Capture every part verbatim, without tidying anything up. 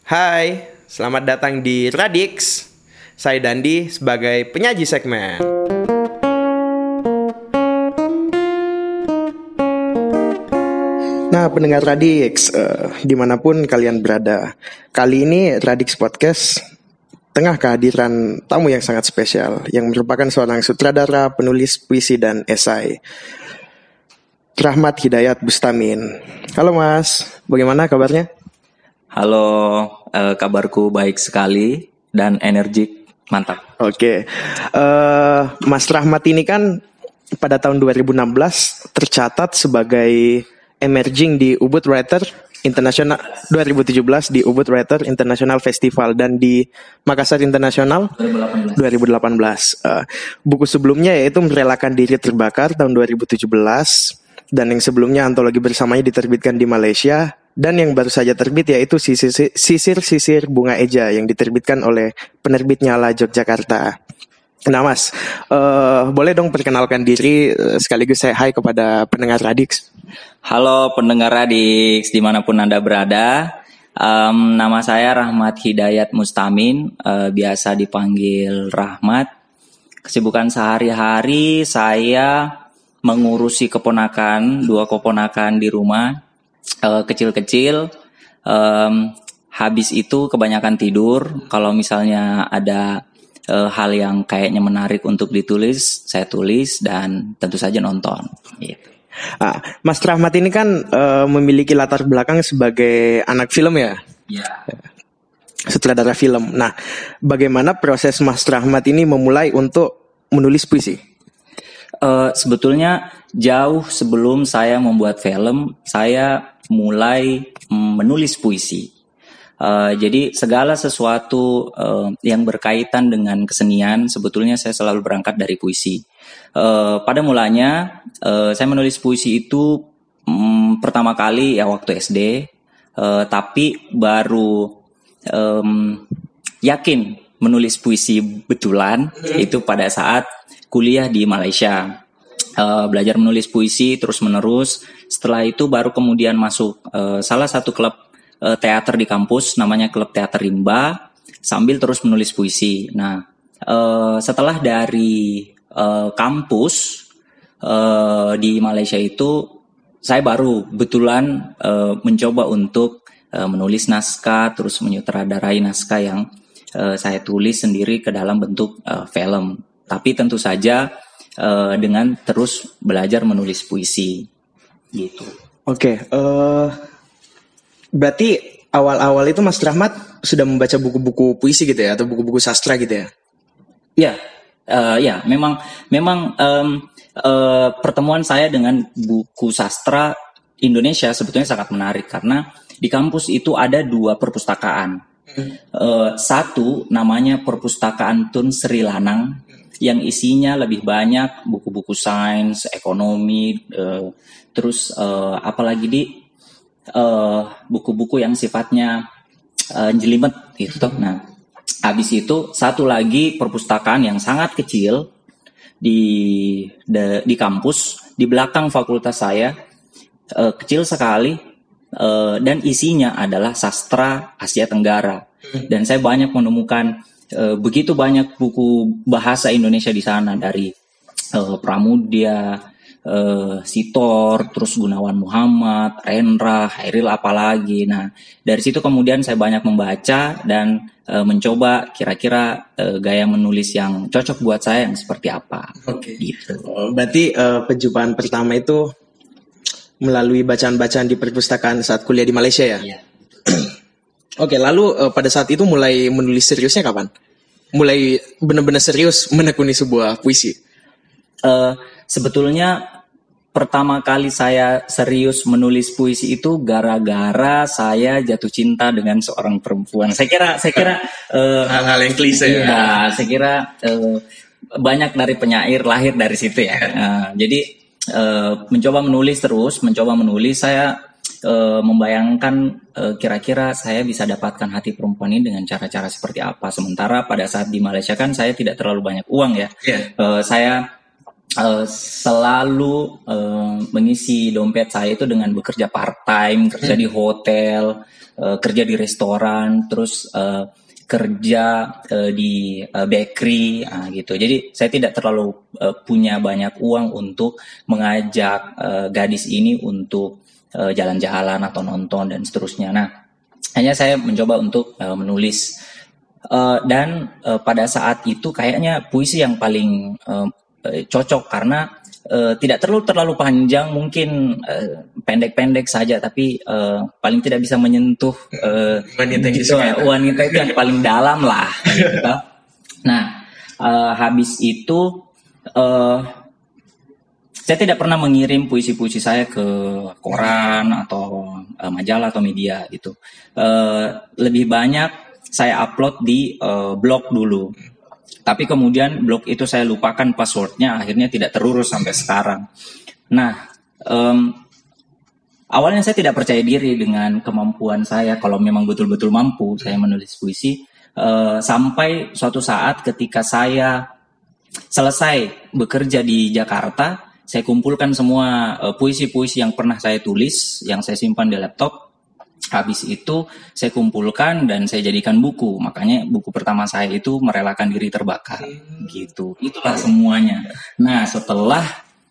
Hai, selamat datang di Radix. Saya Dandi sebagai penyaji segmen. Nah, pendengar Radix, uh, dimanapun kalian berada, kali ini Radix Podcast tengah kehadiran tamu yang sangat spesial, yang merupakan seorang sutradara, penulis puisi dan esai, Rahmat Hidayat Bustamin. Halo Mas, bagaimana kabarnya? Halo, eh, kabarku baik sekali dan energik, mantap. Oke, uh, Mas Rahmat ini kan pada tahun dua ribu enam belas tercatat sebagai emerging di Ubud Writer International dua ribu tujuh belas di Ubud Writer International Festival dan di Makassar International dua ribu delapan belas. Uh, buku sebelumnya yaitu Merelakan Diri Terbakar tahun dua ribu tujuh belas, dan yang sebelumnya antologi bersamanya diterbitkan di Malaysia, dan yang baru saja terbit yaitu Sisir-Sisir Bunga Eja yang diterbitkan oleh penerbit Nyala Yogyakarta. Nah Mas, uh, boleh dong perkenalkan diri uh, sekaligus saya hai kepada pendengar Radix. Halo pendengar Radix, dimanapun Anda berada. um, Nama saya Rahmat Hidayat Bustamin, uh, biasa dipanggil Rahmat. Kesibukan sehari-hari saya mengurusi keponakan, dua keponakan di rumah, uh, kecil-kecil. um, Habis itu kebanyakan tidur. Kalau misalnya ada Uh, hal yang kayaknya menarik untuk ditulis, saya tulis dan tentu saja nonton. Gitu. Ah, Mas Rahmat ini kan uh, memiliki latar belakang sebagai anak film ya, Ya. sutradara film. Nah, bagaimana proses Mas Rahmat ini memulai untuk menulis puisi? Uh, sebetulnya jauh sebelum saya membuat film, saya mulai menulis puisi. Uh, jadi segala sesuatu uh, yang berkaitan dengan kesenian sebetulnya saya selalu berangkat dari puisi. Uh, pada mulanya uh, saya menulis puisi itu um, pertama kali ya waktu S D, uh, tapi baru um, yakin menulis puisi betulan itu pada saat kuliah di Malaysia. Uh, belajar menulis puisi terus menerus. Setelah itu baru kemudian masuk uh, salah satu klub teater di kampus, namanya Klub Teater Rimba, sambil terus menulis puisi. Nah, uh, setelah dari uh, kampus uh, di Malaysia itu, saya baru betulan uh, mencoba untuk uh, menulis naskah, terus menyutradarai naskah yang uh, saya tulis sendiri ke dalam bentuk uh, film. Tapi tentu saja uh, dengan terus belajar menulis puisi, gitu. Oke. Okay, uh... Berarti awal-awal itu Mas Rahmat sudah membaca buku-buku puisi gitu ya, atau buku-buku sastra gitu ya? Ya, uh, ya, memang, memang um, uh, pertemuan saya dengan buku sastra Indonesia sebetulnya sangat menarik karena di kampus itu ada dua perpustakaan. Hmm. Uh, satu namanya Perpustakaan Tun Sri Lanang yang isinya lebih banyak buku-buku sains, ekonomi, uh, terus uh, apalagi di Uh, buku-buku yang sifatnya uh, jelimet gitu. Nah, habis itu satu lagi perpustakaan yang sangat kecil di de, di kampus di belakang fakultas saya, uh, kecil sekali, uh, dan isinya adalah sastra Asia Tenggara. Dan saya banyak menemukan uh, begitu banyak buku bahasa Indonesia di sana, dari uh, Pramudia, Uh, Sitor, terus Gunawan Muhammad, Rendra, Hairil apalagi. Nah, dari situ kemudian saya banyak membaca dan uh, mencoba kira-kira uh, gaya menulis yang cocok buat saya yang seperti apa. Oke. Okay. Gitu. Oh, berarti uh, perjumpaan pertama itu melalui bacaan-bacaan di perpustakaan saat kuliah di Malaysia ya? Iya. Oke, okay, lalu uh, pada saat itu mulai menulis seriusnya kapan? Mulai benar-benar serius menekuni sebuah puisi? Uh, sebetulnya pertama kali saya serius menulis puisi itu gara-gara saya jatuh cinta dengan seorang perempuan. Saya kira, saya kira uh, hal-hal yang klise ya. Ya, saya kira uh, banyak dari penyair lahir dari situ ya. Uh, jadi uh, mencoba menulis terus, mencoba menulis, saya uh, membayangkan uh, kira-kira saya bisa dapatkan hati perempuan ini dengan cara-cara seperti apa. Sementara pada saat di Malaysia kan saya tidak terlalu banyak uang ya. Yeah. Uh, saya uh, selalu uh, mengisi dompet saya itu dengan bekerja part time, kerja di hotel, uh, kerja di restoran, terus uh, kerja uh, di uh, bakery, uh, gitu. Jadi saya tidak terlalu uh, punya banyak uang untuk mengajak uh, gadis ini untuk uh, jalan-jalan atau nonton dan seterusnya. Nah, hanya saya mencoba untuk uh, menulis. Uh, dan uh, pada saat itu kayaknya puisi yang paling uh, uh, cocok karena uh, tidak terlalu terlalu panjang, mungkin uh, pendek-pendek saja, tapi uh, paling tidak bisa menyentuh uh, Wanita yang gitu, disukai. wanita itu yang paling dalam lah. Gitu. Nah, uh, habis itu uh, saya tidak pernah mengirim puisi-puisi saya ke koran atau uh, majalah atau media gitu. Uh, lebih banyak saya upload di uh, blog dulu. Tapi kemudian blog itu saya lupakan passwordnya, akhirnya tidak terurus sampai sekarang. Nah, um, awalnya saya tidak percaya diri dengan kemampuan saya, kalau memang betul-betul mampu saya menulis puisi. Uh, sampai suatu saat ketika saya selesai bekerja di Jakarta, saya kumpulkan semua uh, puisi-puisi yang pernah saya tulis, yang saya simpan di laptop. Habis itu saya kumpulkan dan saya jadikan buku. Makanya buku pertama saya itu Merelakan Diri Terbakar. Gitu. Itulah semuanya. Nah, setelah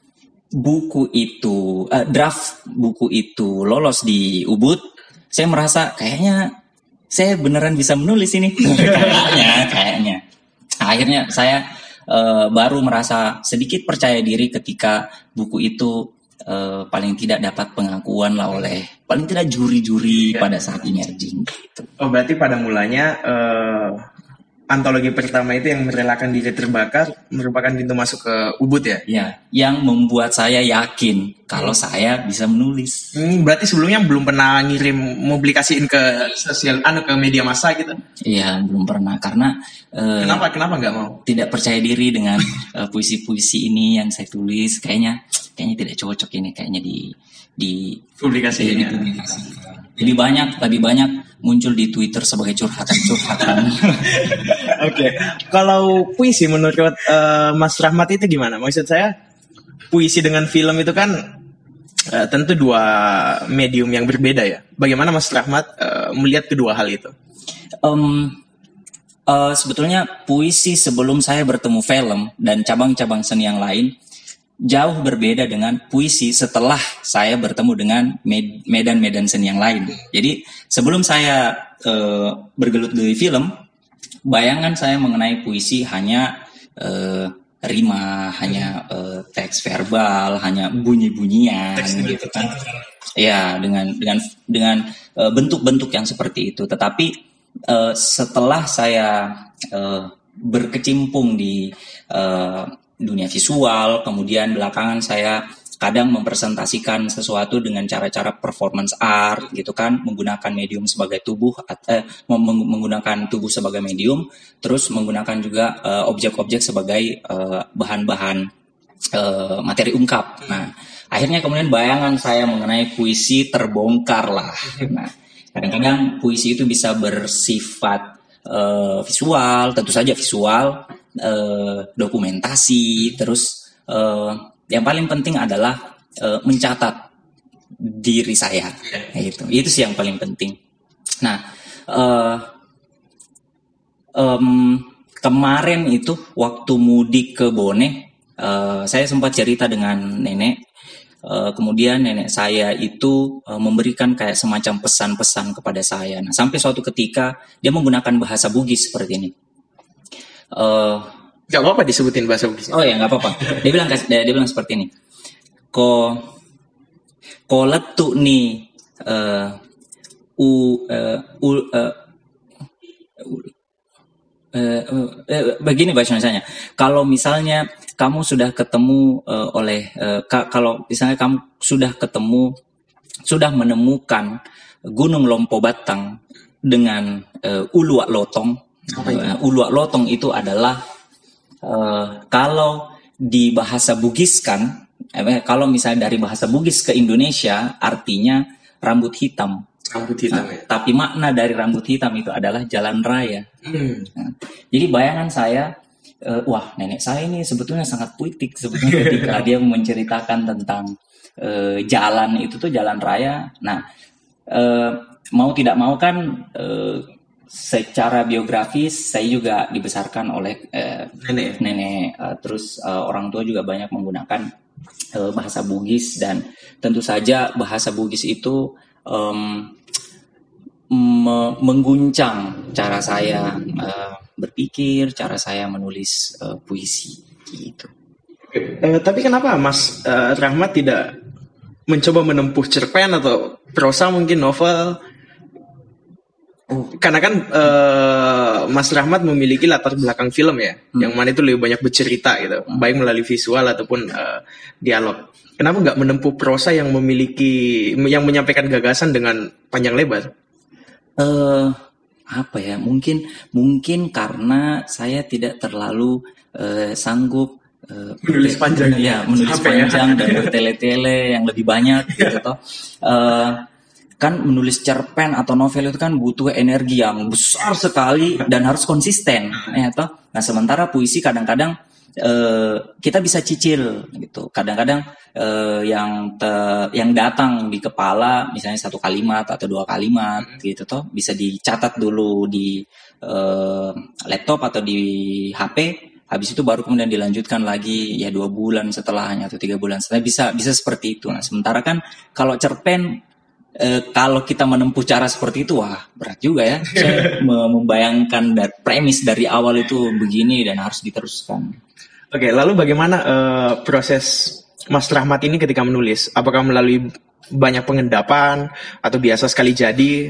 buku itu, uh, draft buku itu lolos di Ubud, saya merasa kayaknya saya beneran bisa menulis ini. kayaknya, kayaknya. Akhirnya saya uh, baru merasa sedikit percaya diri ketika buku itu Uh, paling tidak dapat pengakuan lah oleh paling tidak juri-juri pada saat emerging gitu. Oh, berarti pada mulanya uh, antologi pertama itu yang Merelakan Diri Terbakar merupakan pintu masuk ke Ubud ya? Ya, yang membuat saya yakin kalau hmm. saya bisa menulis. Hmm, berarti sebelumnya belum pernah ngirim, mau publikasiin ke sosial, anu ke media massa gitu? Iya, belum pernah karena uh, kenapa kenapa nggak mau? Tidak percaya diri dengan uh, puisi-puisi ini yang saya tulis, kayaknya kayaknya tidak cocok ini, kayaknya di di publikasi ini. Lebih banyak lebih banyak muncul di Twitter sebagai curhatan-curhatan. Oke, okay. Kalau puisi menurut uh, Mas Rahmat itu gimana? Maksud saya puisi dengan film itu kan uh, tentu dua medium yang berbeda ya. Bagaimana Mas Rahmat uh, melihat kedua hal itu? Um, uh, sebetulnya puisi sebelum saya bertemu film dan cabang-cabang seni yang lain jauh berbeda dengan puisi setelah saya bertemu dengan med- medan-medan seni yang lain. Jadi sebelum saya uh, bergelut di film, bayangan saya mengenai puisi hanya uh, rima, hanya uh, teks verbal, hanya bunyi-bunyian teks gitu kan. Ya, dengan dengan dengan uh, bentuk-bentuk yang seperti itu. Tetapi uh, setelah saya uh, berkecimpung di uh, dunia visual, kemudian belakangan saya kadang mempresentasikan sesuatu dengan cara-cara performance art gitu kan, menggunakan medium sebagai tubuh, eh, menggunakan tubuh sebagai medium, terus menggunakan juga uh, objek-objek sebagai uh, bahan-bahan uh, materi ungkap. Nah, akhirnya kemudian bayangan saya mengenai puisi terbongkar lah. Nah, kadang-kadang puisi itu bisa bersifat uh, visual, tentu saja visual, Uh, dokumentasi, terus uh, yang paling penting adalah uh, mencatat diri saya, itu itu sih yang paling penting. Nah, uh, um, kemarin itu waktu mudik ke Bone, uh, saya sempat cerita dengan nenek. Uh, kemudian nenek saya itu uh, memberikan kayak semacam pesan-pesan kepada saya. Nah, sampai suatu ketika dia menggunakan bahasa Bugis seperti ini. Uh, gak apa-apa disebutin bahasa Bugis. Oh ya, gak apa-apa. Dia bilang dia, dia bilang seperti ini. Ko ko letu nih uh, u uh, u uh, uh, uh, uh, begini bahasa Indonesianya. Kalau misalnya kamu sudah ketemu uh, oleh uh, ka, kalau misalnya kamu sudah ketemu sudah menemukan Gunung Lompo Batang dengan uh, Uluak Lotong. Uh, Uluak Lotong itu adalah uh, kalau di bahasa Bugiskan, eh, kalau misalnya dari bahasa Bugis ke Indonesia artinya rambut hitam. Rambut hitam. Nah, ya. Tapi makna dari rambut hitam itu adalah jalan raya. Hmm. Nah, jadi bayangan saya uh, wah nenek saya ini sebetulnya sangat puitik sebetulnya ketika dia menceritakan tentang uh, jalan itu tuh jalan raya. Nah, uh, mau tidak mau kan uh, secara biografis saya juga dibesarkan oleh uh, Nenek. nenek uh, terus uh, orang tua juga banyak menggunakan uh, bahasa Bugis, dan tentu saja bahasa Bugis itu um, me- mengguncang cara saya uh, berpikir, cara saya menulis uh, puisi gitu. Eh, tapi kenapa Mas eh, Rahmat tidak mencoba menempuh cerpen atau prosa, mungkin novel? Karena kan eh, Mas Rahmat memiliki latar belakang film ya, yang mana itu lebih banyak bercerita gitu, baik melalui visual ataupun eh, dialog. Kenapa nggak menempuh prosa yang memiliki, yang menyampaikan gagasan dengan panjang lebar? Eh apa ya? Mungkin mungkin karena saya tidak terlalu eh, sanggup eh, Menulis panjang. ya menulis Capek ya. panjang dan bertele-tele yang lebih banyak gitu toh. Eh, kan menulis cerpen atau novel itu kan butuh energi yang besar sekali dan harus konsisten ya toh. Nah, sementara puisi kadang-kadang eh, kita bisa cicil gitu. Kadang-kadang eh, yang te- yang datang di kepala misalnya satu kalimat atau dua kalimat gitu toh bisa dicatat dulu di eh, laptop atau di H P. Habis itu baru kemudian dilanjutkan lagi ya dua bulan setelahnya atau tiga bulan setelah, bisa bisa seperti itu. Nah, sementara kan kalau cerpen eh, kalau kita menempuh cara seperti itu, wah berat juga ya. Saya me- membayangkan dari premis dari awal itu begini dan harus diteruskan. Oke, lalu bagaimana eh, proses Mas Rahmat ini ketika menulis? Apakah melalui banyak pengendapan atau biasa sekali jadi?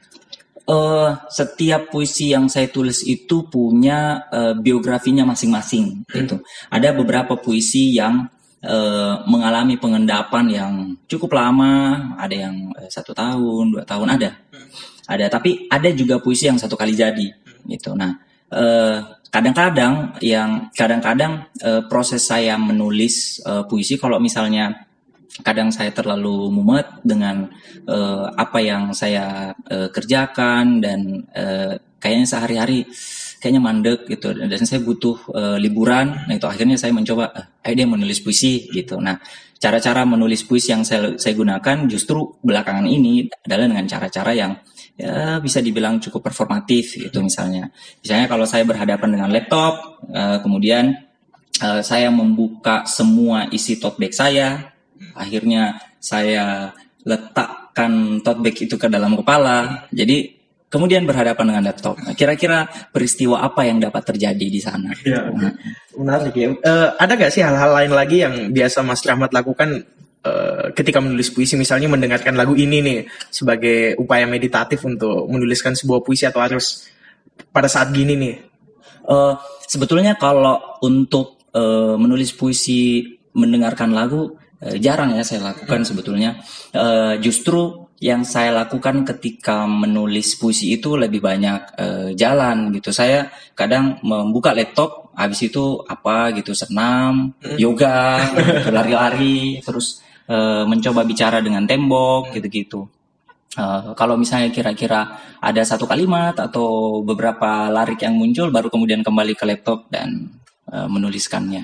Eh, setiap puisi yang saya tulis itu punya eh, biografinya masing-masing gitu. Ada beberapa puisi yang eh, mengalami pengendapan yang cukup lama, ada yang eh, satu tahun, dua tahun ada, ada. Tapi ada juga puisi yang satu kali jadi gitu. Nah, eh, kadang-kadang yang kadang-kadang eh, proses saya menulis eh, puisi, kalau misalnya kadang saya terlalu mumet dengan eh, apa yang saya eh, kerjakan dan eh, kayaknya sehari-hari kayaknya mandek gitu dan saya butuh eh, liburan. Nah, itu akhirnya saya mencoba eh, ayo deh menulis puisi gitu. Nah, cara-cara menulis puisi yang saya saya gunakan justru belakangan ini adalah dengan cara-cara yang ya bisa dibilang cukup performatif gitu. Misalnya misalnya kalau saya berhadapan dengan laptop, eh, kemudian eh, saya membuka semua isi tote bag saya. Akhirnya saya letakkan tote bag itu ke dalam kepala. Jadi kemudian berhadapan dengan laptop. Nah, kira-kira peristiwa apa yang dapat terjadi di sana? Ya, Nah, menarik ya. Eh, ada gak sih hal-hal lain lagi yang biasa Mas Rahmat lakukan eh, ketika menulis puisi? Misalnya mendengarkan lagu ini nih sebagai upaya meditatif untuk menuliskan sebuah puisi, atau harus pada saat gini nih? eh, sebetulnya kalau untuk eh, menulis puisi mendengarkan lagu eh, jarang ya saya lakukan sebetulnya. Eh, justru yang saya lakukan ketika menulis puisi itu lebih banyak eh, jalan gitu. Saya kadang membuka laptop, habis itu apa gitu senam, yoga, gitu, lari-lari, terus eh, mencoba bicara dengan tembok gitu-gitu. Uh, kalau misalnya kira-kira ada satu kalimat atau beberapa larik yang muncul, baru kemudian kembali ke laptop dan uh, menuliskannya.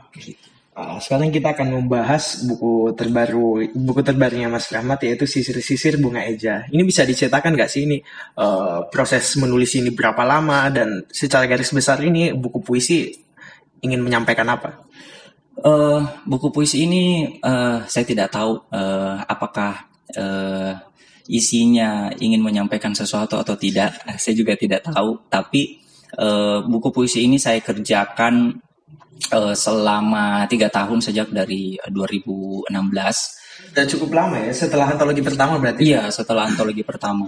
Ah, sekarang kita akan membahas buku terbaru, buku terbarunya Mas Rahmat, yaitu Sisir-Sisir Bunga Eja. Ini bisa diceritakan nggak sih ini eh, proses menulis ini berapa lama, dan secara garis besar ini buku puisi ingin menyampaikan apa? Uh, buku puisi ini uh, saya tidak tahu uh, apakah uh, isinya ingin menyampaikan sesuatu atau tidak. Saya juga tidak tahu. Tapi uh, buku puisi ini saya kerjakan uh, selama tiga tahun sejak dari uh, dua ribu enam belas. Dan cukup lama ya, setelah antologi pertama berarti? Iya, setelah antologi pertama.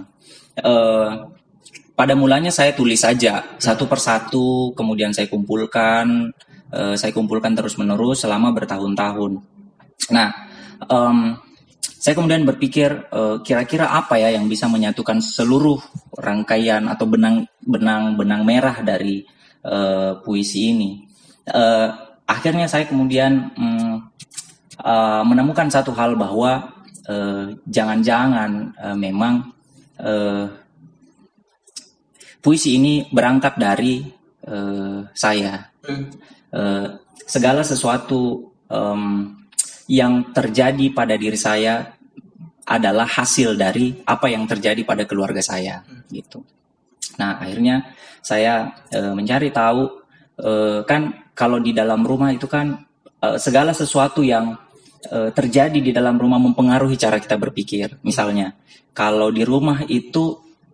Uh, pada mulanya saya tulis saja satu persatu, kemudian saya kumpulkan, uh, saya kumpulkan terus menerus selama bertahun-tahun. Nah, um, saya kemudian berpikir uh, kira-kira apa ya yang bisa menyatukan seluruh rangkaian atau benang benang benang merah dari uh, puisi ini. Uh, akhirnya saya kemudian um, uh, menemukan satu hal bahwa uh, jangan-jangan uh, memang uh, puisi ini berangkat dari uh, saya Hmm. Uh, segala sesuatu um, yang terjadi pada diri saya adalah hasil dari apa yang terjadi pada keluarga saya, gitu. Nah, akhirnya saya uh, mencari tahu, uh, kan kalau di dalam rumah itu kan uh, segala sesuatu yang uh, terjadi di dalam rumah mempengaruhi cara kita berpikir. Misalnya, kalau di rumah itu,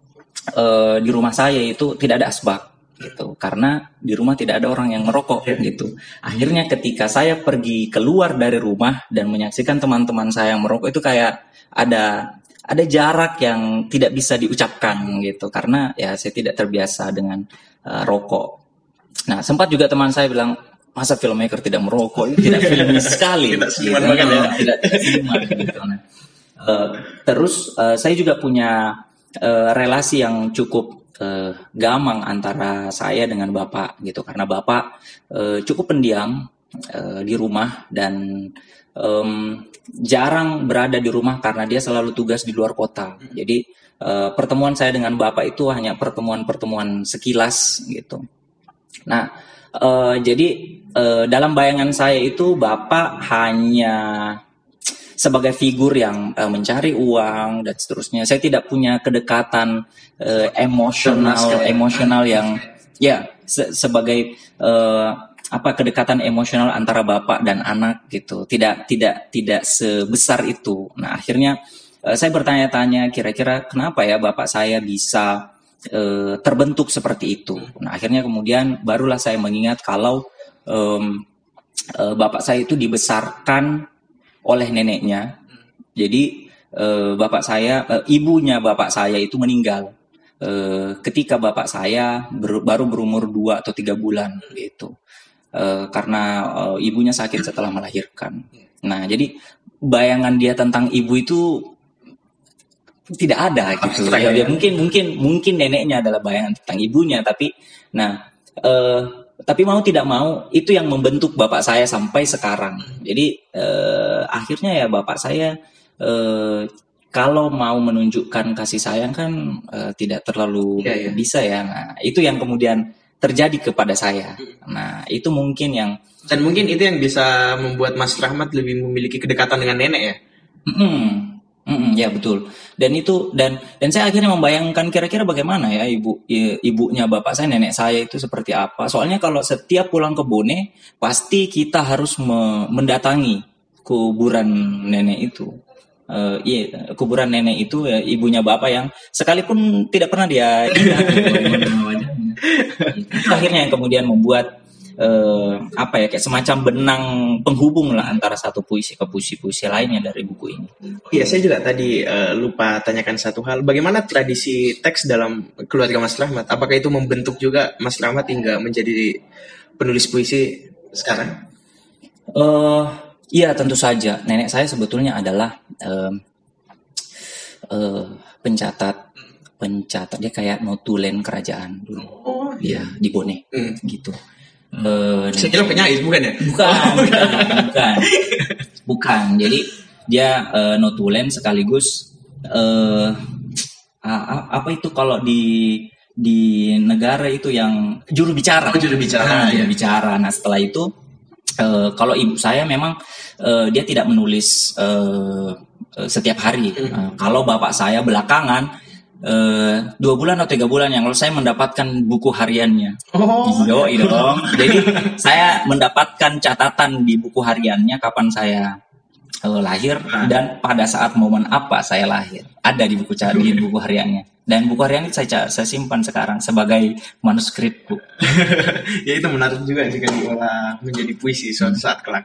uh, di rumah saya itu tidak ada asbak, gitu, karena di rumah tidak ada orang yang merokok, gitu. Akhirnya ketika saya pergi keluar dari rumah dan menyaksikan teman-teman saya yang merokok, itu kayak ada ada jarak yang tidak bisa diucapkan, gitu, karena ya saya tidak terbiasa dengan uh, rokok. Nah, sempat juga teman saya bilang, masa filmmaker tidak merokok, itu tidak filmis sekali, tidak gitu. banget ya. Tidak seniman, gitu. Nah, uh, terus uh, saya juga punya uh, relasi yang cukup Uh, gamang antara saya dengan bapak, gitu, karena bapak uh, cukup pendiam uh, di rumah dan um, jarang berada di rumah karena dia selalu tugas di luar kota. Jadi uh, pertemuan saya dengan bapak itu hanya pertemuan-pertemuan sekilas, gitu. Nah, uh, jadi uh, dalam bayangan saya itu bapak hanya sebagai figur yang uh, mencari uang dan seterusnya. Saya tidak punya kedekatan uh, emosional emosional yang ya se- sebagai uh, apa kedekatan emosional antara bapak dan anak, gitu. Tidak tidak tidak sebesar itu. Nah, akhirnya uh, saya bertanya-tanya, kira-kira kenapa ya bapak saya bisa uh, terbentuk seperti itu. Nah, akhirnya kemudian barulah saya mengingat kalau um, uh, bapak saya itu dibesarkan oleh neneknya. Jadi eh, bapak saya, eh, ibunya bapak saya itu meninggal eh, ketika bapak saya ber, baru berumur dua atau tiga bulan, gitu. Eh, karena eh, ibunya sakit setelah melahirkan. Nah, jadi bayangan dia tentang ibu itu tidak ada, gitu. Ya, dia mungkin mungkin mungkin neneknya adalah bayangan tentang ibunya, tapi nah. Eh, Tapi mau tidak mau itu yang membentuk bapak saya sampai sekarang. Jadi eh, akhirnya ya bapak saya eh, kalau mau menunjukkan kasih sayang kan eh, tidak terlalu ya, ya. bisa ya. Nah, itu yang kemudian terjadi kepada saya. Nah, itu mungkin yang dan mungkin itu yang bisa membuat Mas Rahmat lebih memiliki kedekatan dengan nenek ya. Mm-mm. Mm-mm, ya betul. Dan itu dan dan saya akhirnya membayangkan kira-kira bagaimana ya ibu ibunya bapak saya, nenek saya itu seperti apa. Soalnya kalau setiap pulang ke Bone pasti kita harus me- mendatangi kuburan nenek itu. Uh, iya, kuburan nenek itu ya, ibunya bapak yang sekalipun tidak pernah dia ingat wajahnya. Itu akhirnya yang kemudian membuat Uh, apa ya kayak semacam benang penghubung lah antara satu puisi ke puisi-puisi lainnya dari buku ini. Iya, saya juga tadi uh, lupa tanyakan satu hal. Bagaimana tradisi teks dalam keluarga Mas Rahmat? Apakah itu membentuk juga Mas Rahmat hingga menjadi penulis puisi sekarang? Uh, iya, tentu saja. Nenek saya sebetulnya adalah uh, uh, pencatat, pencatat dia kayak notulen kerajaan dulu. Oh, iya, di Bone, hmm. gitu. Uh, Saya kira penyair bukan ya? Bukan, bukan, bukan, bukan. Jadi dia uh, notulen sekaligus uh, uh, apa itu kalau di di negara itu yang juru bicara. Oh, juru bicara. Nah, ya. Juru bicara. Nah, setelah itu uh, kalau ibu saya memang uh, dia tidak menulis uh, setiap hari. Hmm. Uh, kalau bapak saya belakangan Uh, dua bulan atau tiga bulan yang lalu saya mendapatkan buku hariannya. Oh, Yo, itu dong. Jadi saya mendapatkan catatan di buku hariannya kapan saya uh, lahir nah. dan pada saat momen apa saya lahir. Ada di buku di buku hariannya. Dan buku harian itu saya saya simpan sekarang sebagai manuskrip bu. Ya itu menarik juga jika diolah menjadi puisi suatu saat kelak.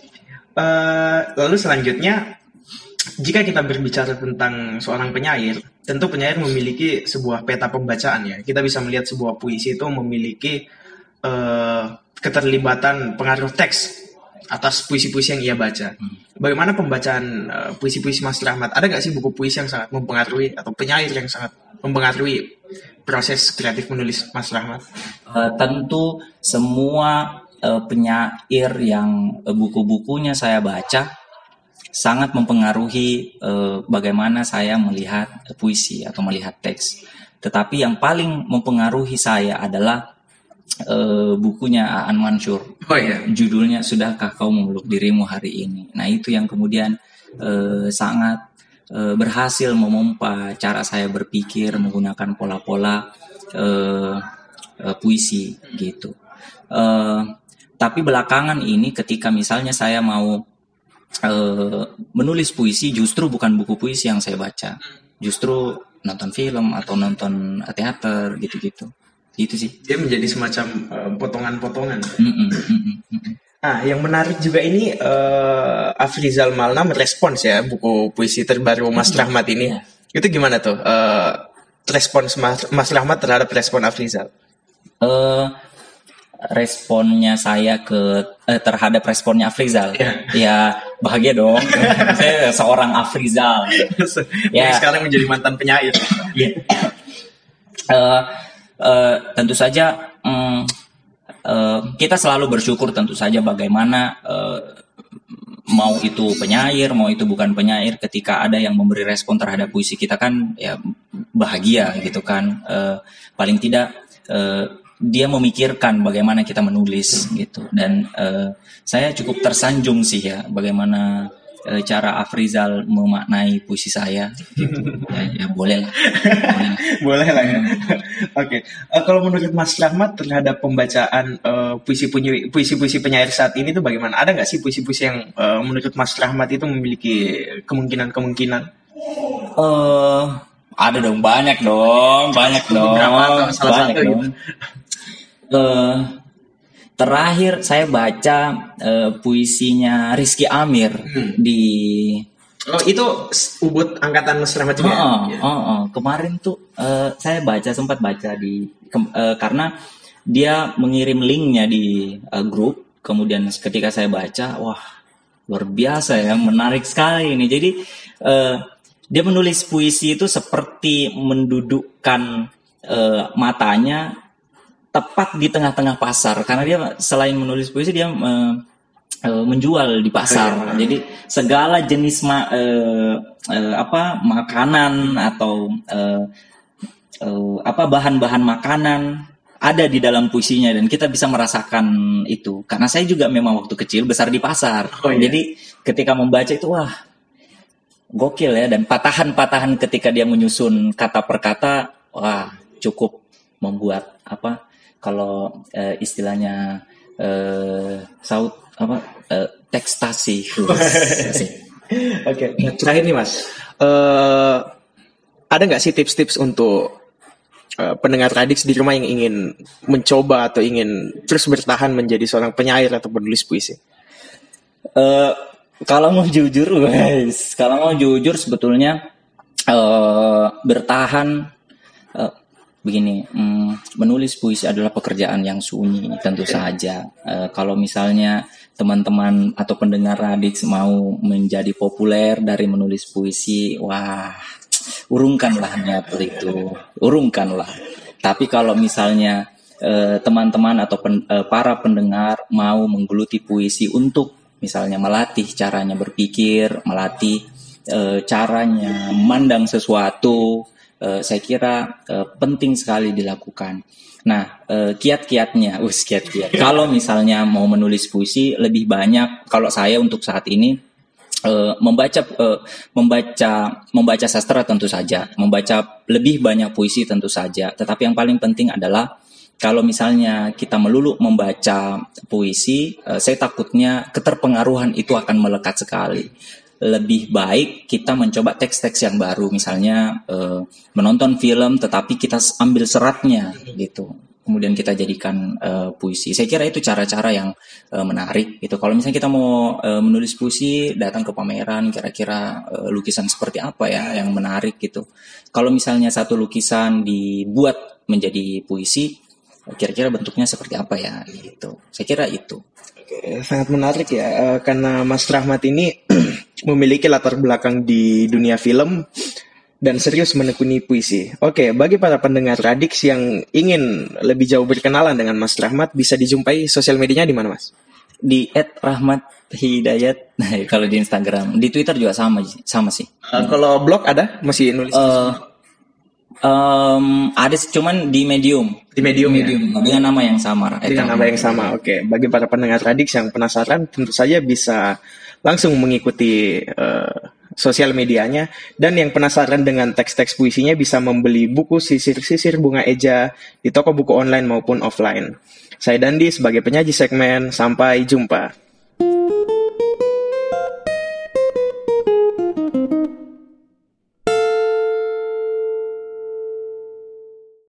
Uh, lalu selanjutnya, jika kita berbicara tentang seorang penyair, tentu penyair memiliki sebuah peta pembacaan ya. Kita bisa melihat sebuah puisi itu memiliki uh, keterlibatan pengaruh teks atas puisi-puisi yang ia baca. Bagaimana pembacaan uh, puisi-puisi Mas Rahmat? Ada nggak sih buku puisi yang sangat mempengaruhi atau penyair yang sangat mempengaruhi proses kreatif menulis Mas Rahmat? Uh, tentu semua uh, penyair yang uh, buku-bukunya saya baca sangat mempengaruhi eh, bagaimana saya melihat puisi atau melihat teks. Tetapi yang paling mempengaruhi saya adalah uh, bukunya Aan Mansur. Oh iya. Judulnya Sudahkah Kau Memeluk Dirimu Hari Ini. Nah itu yang kemudian uh, sangat uh, berhasil memompa cara saya berpikir menggunakan pola-pola uh, uh, puisi gitu. Uh, tapi belakangan ini ketika misalnya saya mau uh, menulis puisi, justru bukan buku puisi yang saya baca, justru nonton film atau nonton teater gitu-gitu. Gitu sih. Dia menjadi semacam uh, potongan-potongan. Mm-mm, mm-mm, mm-mm. Ah, yang menarik juga ini uh, Afrizal Malna merespons ya buku puisi terbaru Mas Rahmat ini. Yeah. Itu gimana tuh? Uh, respons Mas, Mas Rahmat terhadap respon Afrizal? Uh, responnya saya ke eh, terhadap responnya Afrizal. Yeah. Ya bahagia dong. Saya seorang Afrizal. Yang Ya. sekarang menjadi mantan penyair. Yeah. uh, uh, tentu saja. Um, Uh, kita selalu bersyukur tentu saja bagaimana uh, mau itu penyair, mau itu bukan penyair, ketika ada yang memberi respon terhadap puisi kita kan ya bahagia gitu kan. Uh, paling tidak uh, dia memikirkan bagaimana kita menulis gitu. Dan uh, saya cukup tersanjung sih ya bagaimana uh, cara Afrizal memaknai puisi saya. ya, ya boleh lah. Boleh lah. Boleh lah ya. Oke. Uh, kalau menurut Mas Rahmat terhadap pembacaan uh, puisi puisi-puisi penyair saat ini tuh bagaimana? Ada nggak sih puisi-puisi yang uh, menurut Mas Rahmat itu memiliki kemungkinan-kemungkinan? Uh, ada dong, banyak dong, banyak dong, Beberapa atau salah banyak satu dong. gitu. Uh, terakhir saya baca uh, puisinya Rizky Amir Hmm. di Oh itu Ubud angkatan Mas Rahmat juga. Oh, ya? oh, oh. Kemarin tuh uh, saya baca sempat baca di ke- uh, karena dia mengirim linknya di uh, grup. Kemudian ketika saya baca, wah luar biasa ya, menarik sekali ini. Jadi uh, dia menulis puisi itu seperti mendudukkan uh, matanya tepat di tengah-tengah pasar. Karena dia selain menulis puisi dia uh, menjual di pasar. Oh, iya. Jadi segala jenis ma- eh, eh, apa makanan atau eh, eh, apa bahan-bahan makanan ada di dalam puisinya dan kita bisa merasakan itu. Karena saya juga memang waktu kecil besar di pasar. Oh, iya. Jadi ketika membaca itu wah gokil ya, dan patahan-patahan ketika dia menyusun kata per kata wah cukup membuat apa kalau eh, istilahnya eh, saut apa uh, tekstasi. Oke, nah, terakhir nih Mas, uh, ada nggak sih tips-tips untuk uh, pendengar Radix di rumah yang ingin mencoba atau ingin terus bertahan menjadi seorang penyair atau penulis puisi? Uh, kalau mau jujur guys, kalau mau jujur sebetulnya uh, bertahan uh, begini, mm, menulis puisi adalah pekerjaan yang sunyi tentu saja. Uh, kalau misalnya teman-teman atau pendengar Radix mau menjadi populer dari menulis puisi, wah, urungkanlah niat itu, urungkanlah. Tapi kalau misalnya eh, teman-teman atau pen, eh, para pendengar mau menggeluti puisi untuk misalnya melatih caranya berpikir, melatih eh, caranya memandang sesuatu, eh, saya kira eh, penting sekali dilakukan. Nah, eh, kiat-kiatnya, us kiat-kiat. Kalau misalnya mau menulis puisi, lebih banyak kalau saya untuk saat ini eh, membaca, eh, membaca, membaca sastra tentu saja, membaca lebih banyak puisi tentu saja. Tetapi yang paling penting adalah kalau misalnya kita melulu membaca puisi, eh, saya takutnya keterpengaruhan itu akan melekat sekali. Lebih baik kita mencoba teks-teks yang baru, misalnya uh, menonton film tetapi kita ambil seratnya gitu, kemudian kita jadikan uh, puisi. Saya kira itu cara-cara yang uh, menarik gitu. Kalau misalnya kita mau uh, menulis puisi, datang ke pameran, kira-kira uh, lukisan seperti apa ya yang menarik gitu. Kalau misalnya satu lukisan dibuat menjadi puisi, kira-kira bentuknya seperti apa ya gitu. Saya kira itu. Oke, sangat menarik ya, uh, karena Mas Rahmat ini memiliki latar belakang di dunia film dan serius menekuni puisi. Oke, bagi para pendengar Radix yang ingin lebih jauh berkenalan dengan Mas Rahmat, bisa dijumpai sosial medianya di mana, Mas? Di et rahmat hidayat. Nah, kalau di Instagram, di Twitter juga sama sama sih. Uh, kalau blog ada? Masih nulis? Uh, Um, ada sih, cuman di Medium. Di Medium, ya? Medium dengan nama yang sama. Dengan nama yang sama. Oke, bagi para pendengar Radix yang penasaran, tentu saja bisa langsung mengikuti uh, sosial medianya. Dan yang penasaran dengan teks-teks puisinya bisa membeli buku Sisir-Sisir Bunga Eja di toko buku online maupun offline. Saya Dandi sebagai penyaji segmen. Sampai jumpa.